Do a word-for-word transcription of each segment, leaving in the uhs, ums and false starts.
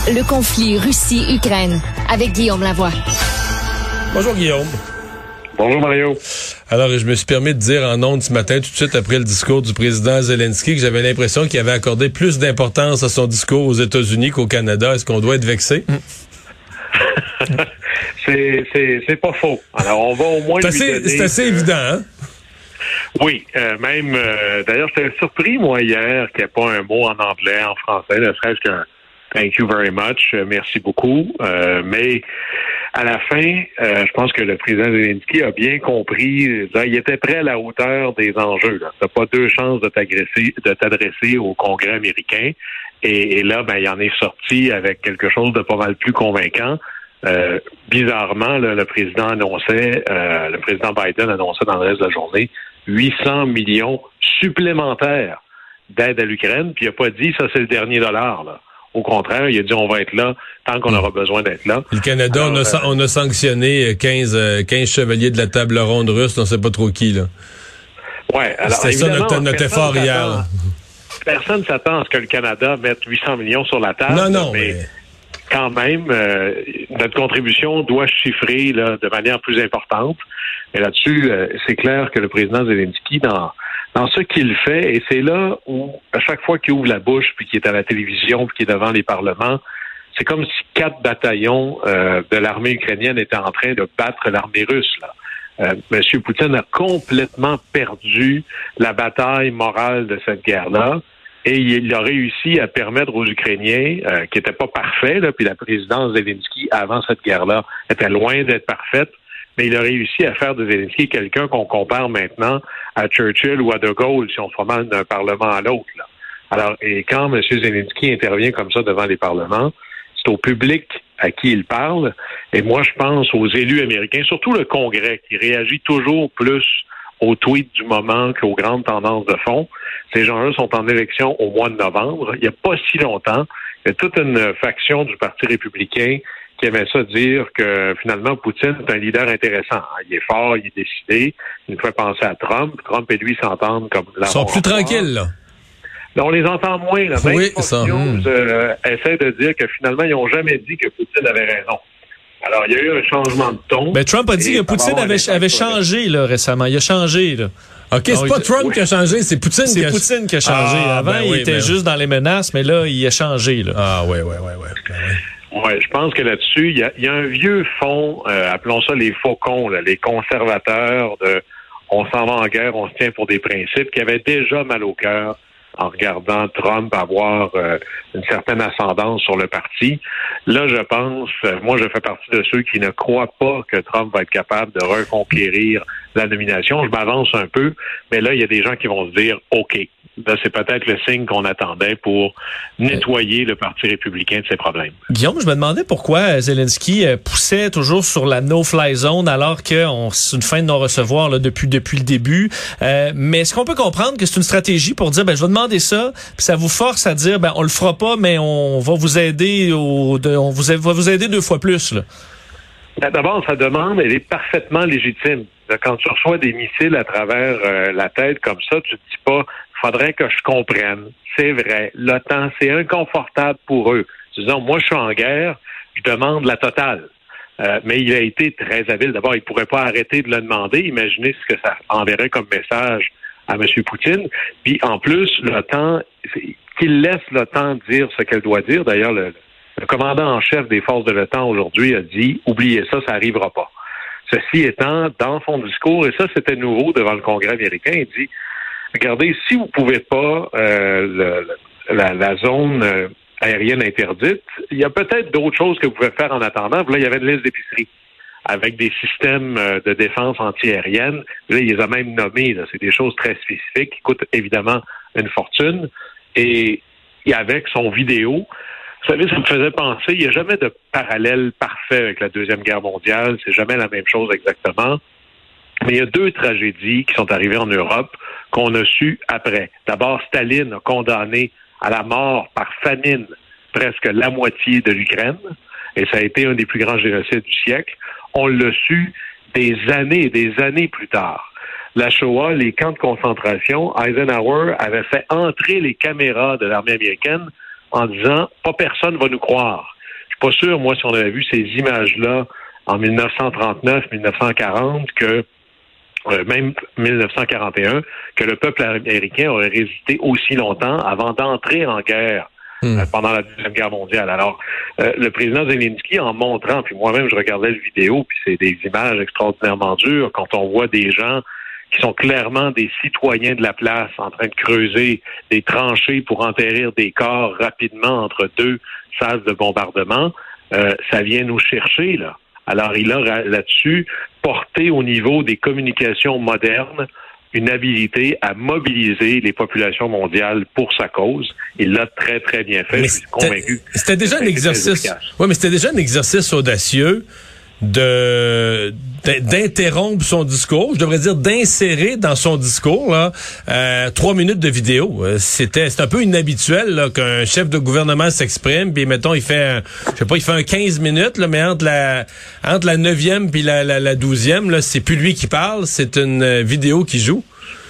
Le conflit Russie-Ukraine avec Guillaume Lavoie. Bonjour Guillaume. Bonjour Mario. Alors, je me suis permis de dire en ondes ce matin, tout de suite après le discours du président Zelensky, que j'avais l'impression qu'il avait accordé plus d'importance à son discours aux États-Unis qu'au Canada. Est-ce qu'on doit être vexé? c'est, c'est, c'est pas faux. Alors, on va au moins c'est lui assez, donner... C'est assez euh, évident, hein? Oui, euh, même... Euh, d'ailleurs, j'étais surpris, moi, hier, qu'il n'y ait pas un mot en anglais, en français, ne serait-ce qu'un « thank you very much »,« merci beaucoup euh, ». Mais à la fin, euh, je pense que le président Zelensky a bien compris, là, il était prêt à la hauteur des enjeux. Tu n'as pas deux chances de t'agresser, de t'adresser au Congrès américain. Et, et là, ben, il en est sorti avec quelque chose de pas mal plus convaincant. Euh, bizarrement, là, le président annonçait, euh, le président Biden annonçait dans le reste de la journée huit cents millions supplémentaires d'aide à l'Ukraine, puis il n'a pas dit ça c'est le dernier dollar. Là. Au contraire, il a dit on va être là tant qu'on aura besoin d'être là. Le Canada, Alors, on, a, euh, on a sanctionné quinze, quinze chevaliers de la table ronde russe, on ne sait pas trop qui. Là. Ouais, alors, C'était ça notre, notre effort hier. Personne ne s'attend à ce que le Canada mette huit cents millions sur la table. Non, non, mais... mais... Quand même, euh, notre contribution doit chiffrer là, de manière plus importante. Mais là-dessus, euh, c'est clair que le président Zelensky, dans, dans ce qu'il fait, et c'est là où, à chaque fois qu'il ouvre la bouche, puis qu'il est à la télévision, puis qu'il est devant les parlements, c'est comme si quatre bataillons euh, de l'armée ukrainienne étaient en train de battre l'armée russe. Là. Euh, M. Poutine a complètement perdu la bataille morale de cette guerre-là. Et il a réussi à permettre aux Ukrainiens, euh, qui n'étaient pas parfaits, là, puis la présidence Zelensky, avant cette guerre-là, était loin d'être parfaite, mais il a réussi à faire de Zelensky quelqu'un qu'on compare maintenant à Churchill ou à De Gaulle, si on se remet d'un parlement à l'autre. Là. Alors, et quand M. Zelensky intervient comme ça devant les parlements, c'est au public à qui il parle, et moi, je pense aux élus américains, surtout le Congrès, qui réagit toujours plus aux tweets du moment qu'aux grandes tendances de fond. Ces gens-là sont en élection au mois de novembre. Il n'y a pas si longtemps, il y a toute une faction du Parti républicain qui aimait ça dire que finalement Poutine est un leader intéressant. Il est fort, il est décidé. Il nous fait penser à Trump. Trump et lui s'entendent comme... Ils sont plus tranquilles, là. Là, on les entend moins. Là. Même oui, Fox ça. News euh, essaie de dire que finalement, ils n'ont jamais dit que Poutine avait raison. Alors, il y a eu un changement de ton. Ben, Trump a dit que Poutine avait, avait changé là, récemment. Il a changé. Là. OK, c'est Donc, pas Trump oui. qui a changé, c'est Poutine qui a... C'est Poutine qui a changé. Ah, Avant, ben il oui, était ben juste oui. dans les menaces, mais là, il a changé. Là. Ah oui, oui, oui. oui. Ben oui. Oui, je pense que là-dessus, il y a, il y a un vieux fond, euh, appelons ça les faucons, là, les conservateurs de on s'en va en guerre, on se tient pour des principes, qui avaient déjà mal au cœur en regardant Trump avoir euh, une certaine ascendance sur le parti. Là, je pense, euh, moi, je fais partie de ceux qui ne croient pas que Trump va être capable de reconquérir la nomination. Je m'avance un peu, mais là, il y a des gens qui vont se dire, OK, là, c'est peut-être le signe qu'on attendait pour nettoyer le Parti républicain de ses problèmes. Guillaume, je me demandais pourquoi Zelensky poussait toujours sur la no-fly zone alors que on, c'est une fin de non-recevoir là, depuis, depuis le début. Euh, mais est-ce qu'on peut comprendre que c'est une stratégie pour dire, ben, je vais demander ça, puis ça vous force à dire, ben, on le fera pas, mais on va vous aider, au, de, on vous, va vous aider deux fois plus, là? D'abord, sa demande, elle est parfaitement légitime. Quand tu reçois des missiles à travers euh, la tête comme ça, tu te dis pas, faudrait que je comprenne. C'est vrai, l'OTAN, c'est inconfortable pour eux. Disons, moi, je suis en guerre, je demande la totale. Euh, mais il a été très habile. D'abord, il pourrait pas arrêter de le demander. Imaginez ce que ça enverrait comme message à M. Poutine. Puis, en plus, l'OTAN, qu'il laisse l'OTAN dire ce qu'elle doit dire. D'ailleurs, le, le commandant en chef des forces de l'OTAN aujourd'hui a dit, oubliez ça, ça n'arrivera pas. Ceci étant, dans son discours, et ça, c'était nouveau devant le Congrès américain, il dit, regardez, si vous pouvez pas euh, le, la, la zone euh, aérienne interdite, il y a peut-être d'autres choses que vous pouvez faire en attendant. Là, il y avait une liste d'épicerie avec des systèmes euh, de défense antiaérienne. Là, il les a même nommés. Là. C'est des choses très spécifiques qui coûtent évidemment une fortune. Et, et avec son vidéo, vous savez, ça me faisait penser, il n'y a jamais de parallèle parfait avec la Deuxième Guerre mondiale. C'est jamais la même chose exactement. Mais il y a deux tragédies qui sont arrivées en Europe qu'on a su après. D'abord, Staline a condamné à la mort par famine presque la moitié de l'Ukraine, et ça a été un des plus grands génocides du siècle. On l'a su des années et des années plus tard. La Shoah, les camps de concentration, Eisenhower avait fait entrer les caméras de l'armée américaine en disant « pas personne va nous croire ». suis pas sûr, moi, si on avait vu ces images-là en dix-neuf cent trente-neuf, dix-neuf cent quarante, que euh, même dix-neuf cent quarante et un, que le peuple américain aurait résisté aussi longtemps avant d'entrer en guerre mmh. euh, pendant la Deuxième Guerre mondiale. Alors, euh, le président Zelensky, en montrant, puis moi-même, je regardais le vidéo, puis c'est des images extraordinairement dures, quand on voit des gens qui sont clairement des citoyens de la place en train de creuser des tranchées pour enterrir des corps rapidement entre deux salles de bombardement, euh, ça vient nous chercher, là. Alors, il a là-dessus porté au niveau des communications modernes une habilité à mobiliser les populations mondiales pour sa cause. Il l'a très, très bien fait. Mais je suis convaincu. C'était déjà un exercice. Oui, mais c'était déjà un exercice audacieux de d'interrompre son discours, je devrais dire d'insérer dans son discours là euh, trois minutes de vidéo. C'était c'est un peu inhabituel là, qu'un chef de gouvernement s'exprime, puis mettons il fait un, je sais pas, il fait un quinze minutes là, mais entre la entre la neuvième puis la la, la douzième là, c'est plus lui qui parle, c'est une vidéo qui joue.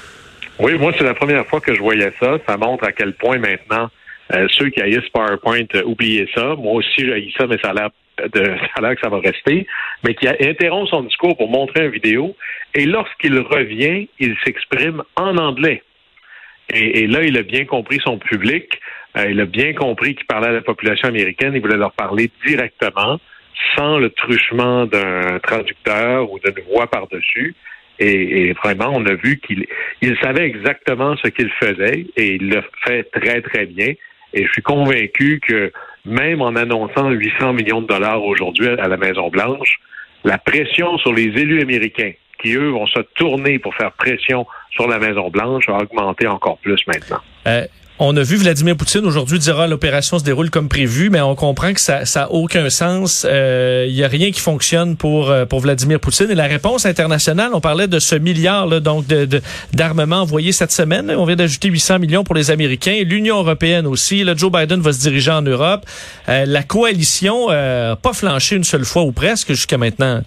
Oui, moi c'est la première fois que je voyais ça. Ça montre à quel point maintenant euh, ceux qui haïssent PowerPoint, euh, oubliez ça. Moi aussi j'ai haï ça, mais ça a l'air de ça a l'air que ça va rester, mais qui interrompt son discours pour montrer une vidéo, et lorsqu'il revient, il s'exprime en anglais. Et, et là, il a bien compris son public, euh, il a bien compris qu'il parlait à la population américaine, il voulait leur parler directement, sans le truchement d'un traducteur ou d'une voix par-dessus. Et, et vraiment, on a vu qu'il il savait exactement ce qu'il faisait, et il le fait très, très bien. Et je suis convaincu que même en annonçant huit cents millions de dollars aujourd'hui à la Maison-Blanche, la pression sur les élus américains, qui, eux, vont se tourner pour faire pression sur la Maison-Blanche, va augmenter encore plus maintenant. Euh, on a vu Vladimir Poutine aujourd'hui dire ah, l'opération se déroule comme prévu, mais on comprend que ça ça a aucun sens. Il euh, y a rien qui fonctionne pour pour Vladimir Poutine. Et la réponse internationale, on parlait de ce milliard là, donc de, de d'armement envoyé cette semaine. On vient d'ajouter huit cents millions pour les Américains. L'Union européenne aussi. Là, Joe Biden va se diriger en Europe. Euh, la coalition n'a pas flanché une seule fois ou presque jusqu'à maintenant.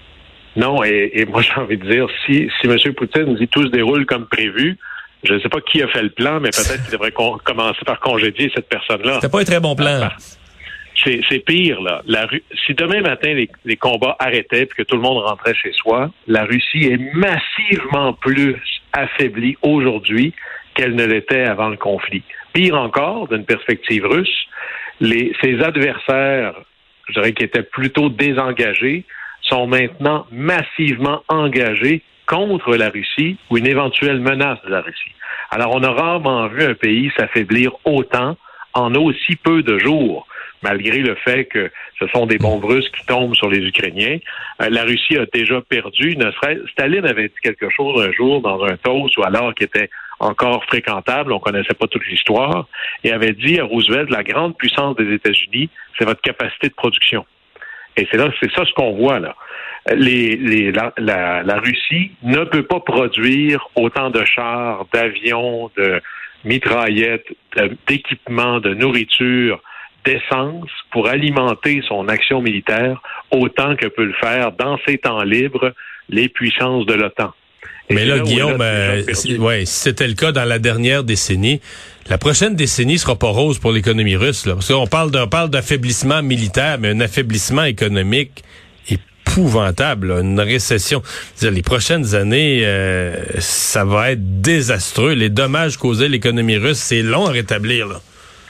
Non, et, et moi j'ai envie de dire, si si M. Poutine dit tout se déroule comme prévu, je ne sais pas qui a fait le plan, mais peut-être qu'il devrait con- commencer par congédier cette personne-là. C'était pas un très bon plan. C'est, c'est pire, là. La Ru- si demain matin, les, les combats arrêtaient et que tout le monde rentrait chez soi, la Russie est massivement plus affaiblie aujourd'hui qu'elle ne l'était avant le conflit. Pire encore, d'une perspective russe, les, ses adversaires, je dirais, qui étaient plutôt désengagés, sont maintenant massivement engagés contre la Russie ou une éventuelle menace de la Russie. Alors, on a rarement vu un pays s'affaiblir autant en aussi peu de jours, malgré le fait que ce sont des bombes russes qui tombent sur les Ukrainiens. Euh, la Russie a déjà perdu, ne serait Staline avait dit quelque chose un jour dans un toast, ou alors qui était encore fréquentable, on connaissait pas toute l'histoire, et avait dit à Roosevelt, la grande puissance des États-Unis, c'est votre capacité de production. Et c'est là, c'est ça ce qu'on voit là. Les, les, la, la, la Russie ne peut pas produire autant de chars, d'avions, de mitraillettes, de, d'équipements, de nourriture, d'essence pour alimenter son action militaire autant que peut le faire dans ses temps libres les puissances de l'OTAN. Et mais là, là Guillaume, là, euh, si, ouais, si c'était le cas dans la dernière décennie, la prochaine décennie sera pas rose pour l'économie russe. Là, parce qu'on parle d'un parle d'affaiblissement militaire, mais un affaiblissement économique épouvantable, là, une récession. C'est-à-dire, les prochaines années, euh, ça va être désastreux. Les dommages causés à l'économie russe, c'est long à rétablir. Là.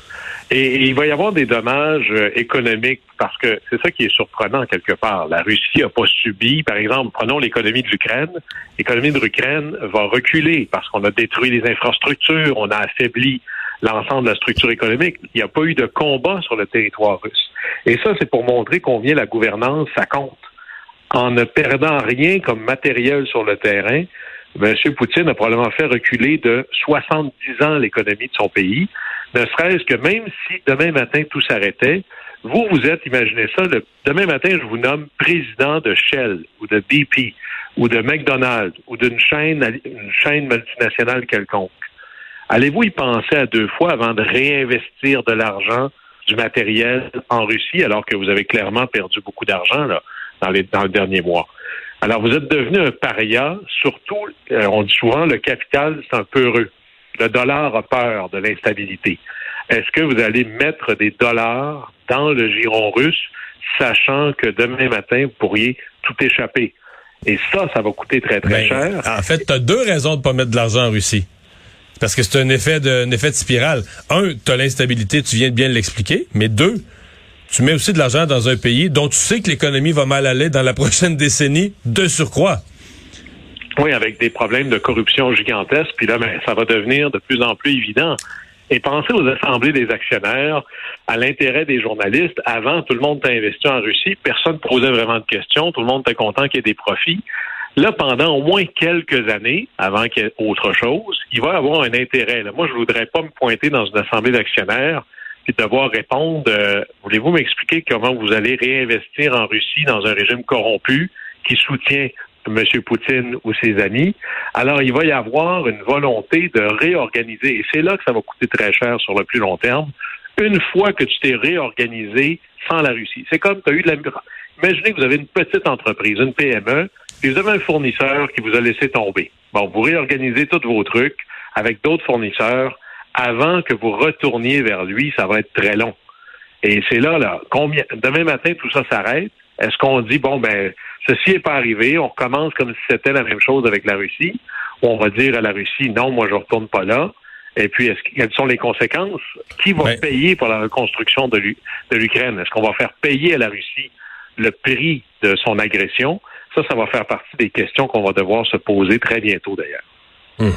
Et, et il va y avoir des dommages euh, économiques parce que c'est ça qui est surprenant quelque part. La Russie n'a pas subi, par exemple, prenons l'économie de l'Ukraine. L'économie de l'Ukraine va reculer parce qu'on a détruit les infrastructures, on a affaibli l'ensemble de la structure économique. Il n'y a pas eu de combat sur le territoire russe. Et ça, c'est pour montrer combien la gouvernance, ça compte. En ne perdant rien comme matériel sur le terrain, M. Poutine a probablement fait reculer de soixante-dix ans l'économie de son pays, ne serait-ce que même si demain matin tout s'arrêtait, vous, vous êtes, imaginez ça, le, demain matin, je vous nomme président de Shell ou de B P ou de McDonald's ou d'une chaîne, une chaîne multinationale quelconque. Allez-vous y penser à deux fois avant de réinvestir de l'argent, du matériel en Russie, alors que vous avez clairement perdu beaucoup d'argent là, dans, les, dans le dernier mois? Alors, vous êtes devenu un paria, surtout, euh, on dit souvent, le capital, c'est un peu heureux. Le dollar a peur de l'instabilité. Est-ce que vous allez mettre des dollars dans le giron russe, sachant que demain matin, vous pourriez tout échapper? Et ça, ça va coûter très, très ben, cher. En fait, tu as deux raisons de pas mettre de l'argent en Russie. Parce que c'est un effet de, un effet de spirale. Un, tu as l'instabilité, tu viens de bien l'expliquer. Mais deux, tu mets aussi de l'argent dans un pays dont tu sais que l'économie va mal aller dans la prochaine décennie, de surcroît. Oui, avec des problèmes de corruption gigantesques. Puis là, ben, ça va devenir de plus en plus évident. Et pensez aux assemblées des actionnaires, à l'intérêt des journalistes. Avant, tout le monde était investi en Russie. Personne ne posait vraiment de questions. Tout le monde était content qu'il y ait des profits. Là, pendant au moins quelques années, avant qu'il y ait autre chose, il va y avoir un intérêt. Là, moi, je voudrais pas me pointer dans une assemblée d'actionnaires puis devoir répondre, euh, voulez-vous m'expliquer comment vous allez réinvestir en Russie dans un régime corrompu qui soutient M. Poutine ou ses amis? Alors, il va y avoir une volonté de réorganiser. Et c'est là que ça va coûter très cher sur le plus long terme, une fois que tu t'es réorganisé sans la Russie. C'est comme tu as eu de la... Imaginez que vous avez une petite entreprise, une P M E, puis vous avez un fournisseur qui vous a laissé tomber. Bon, vous réorganisez tous vos trucs avec d'autres fournisseurs avant que vous retourniez vers lui, ça va être très long. Et c'est là, là, combien, demain matin, tout ça s'arrête. Est-ce qu'on dit, bon, ben, ceci n'est pas arrivé, on recommence comme si c'était la même chose avec la Russie, ou on va dire à la Russie, non, moi, je ne retourne pas là. Et puis, est-ce, quelles sont les conséquences? Qui va ben... payer pour la reconstruction de, l'U- de l'Ukraine? Est-ce qu'on va faire payer à la Russie le prix de son agression? Ça, ça va faire partie des questions qu'on va devoir se poser très bientôt, d'ailleurs. Hum.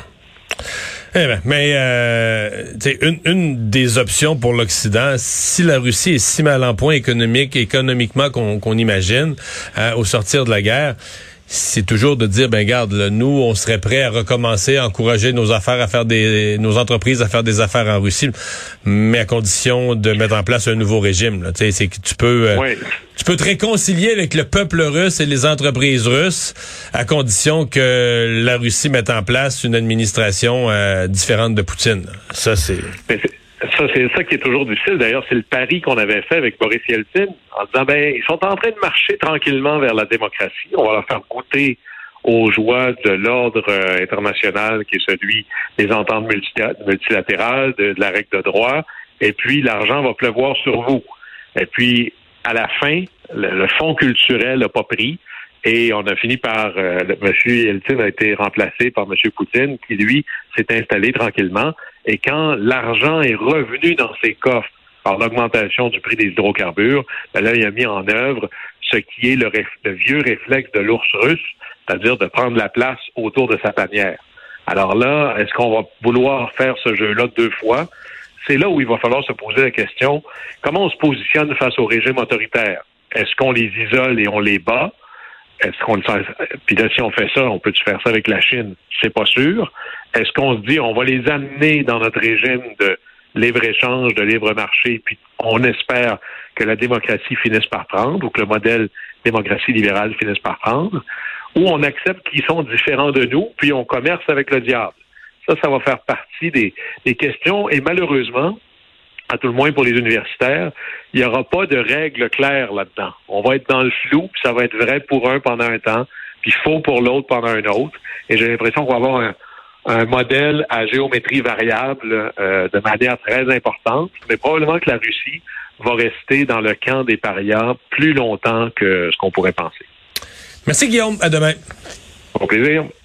Eh ben, mais euh, une, une des options pour l'Occident, si la Russie est si mal en point économique, économiquement qu'on, qu'on imagine, euh, au sortir de la guerre, c'est toujours de dire, ben garde, là, nous, on serait prêt à recommencer, à encourager nos affaires à faire des, nos entreprises à faire des affaires en Russie, mais à condition de mettre en place un nouveau régime. Là. Tu sais, c'est que tu peux, euh, oui. tu peux te réconcilier avec le peuple russe et les entreprises russes, à condition que la Russie mette en place une administration euh, différente de Poutine. Ça, c'est... Mais c'est... Ça, c'est ça qui est toujours difficile. D'ailleurs, c'est le pari qu'on avait fait avec Boris Yeltsin en disant, ben, ils sont en train de marcher tranquillement vers la démocratie. On va leur faire goûter aux joies de l'ordre euh, international qui est celui des ententes multi- multilatérales, de, de la règle de droit. Et puis, l'argent va pleuvoir sur vous. Et puis, à la fin, le, le fonds culturel n'a pas pris. Et on a fini par... Euh, M. Yeltsin a été remplacé par M. Poutine, qui, lui, s'est installé tranquillement. Et quand l'argent est revenu dans ses coffres par l'augmentation du prix des hydrocarbures, ben là, il a mis en œuvre ce qui est le, réf- le vieux réflexe de l'ours russe, c'est-à-dire de prendre la place autour de sa tanière. Alors là, est-ce qu'on va vouloir faire ce jeu-là deux fois? C'est là où il va falloir se poser la question, comment on se positionne face au régime autoritaire? Est-ce qu'on les isole et on les bat? Est-ce qu'on le fait? Puis là, si on fait ça, on peut-tu faire ça avec la Chine? C'est pas sûr. Est-ce qu'on se dit, on va les amener dans notre régime de libre-échange, de libre-marché, puis on espère que la démocratie finisse par prendre, ou que le modèle démocratie libérale finisse par prendre, ou on accepte qu'ils sont différents de nous, puis on commerce avec le diable. Ça, ça va faire partie des, des questions, et malheureusement, à tout le moins pour les universitaires, il n'y aura pas de règles claires là-dedans. On va être dans le flou, puis ça va être vrai pour un pendant un temps, puis faux pour l'autre pendant un autre. Et j'ai l'impression qu'on va avoir un, un modèle à géométrie variable euh, de manière très importante, mais probablement que la Russie va rester dans le camp des parias plus longtemps que ce qu'on pourrait penser. Merci Guillaume, à demain. Au plaisir.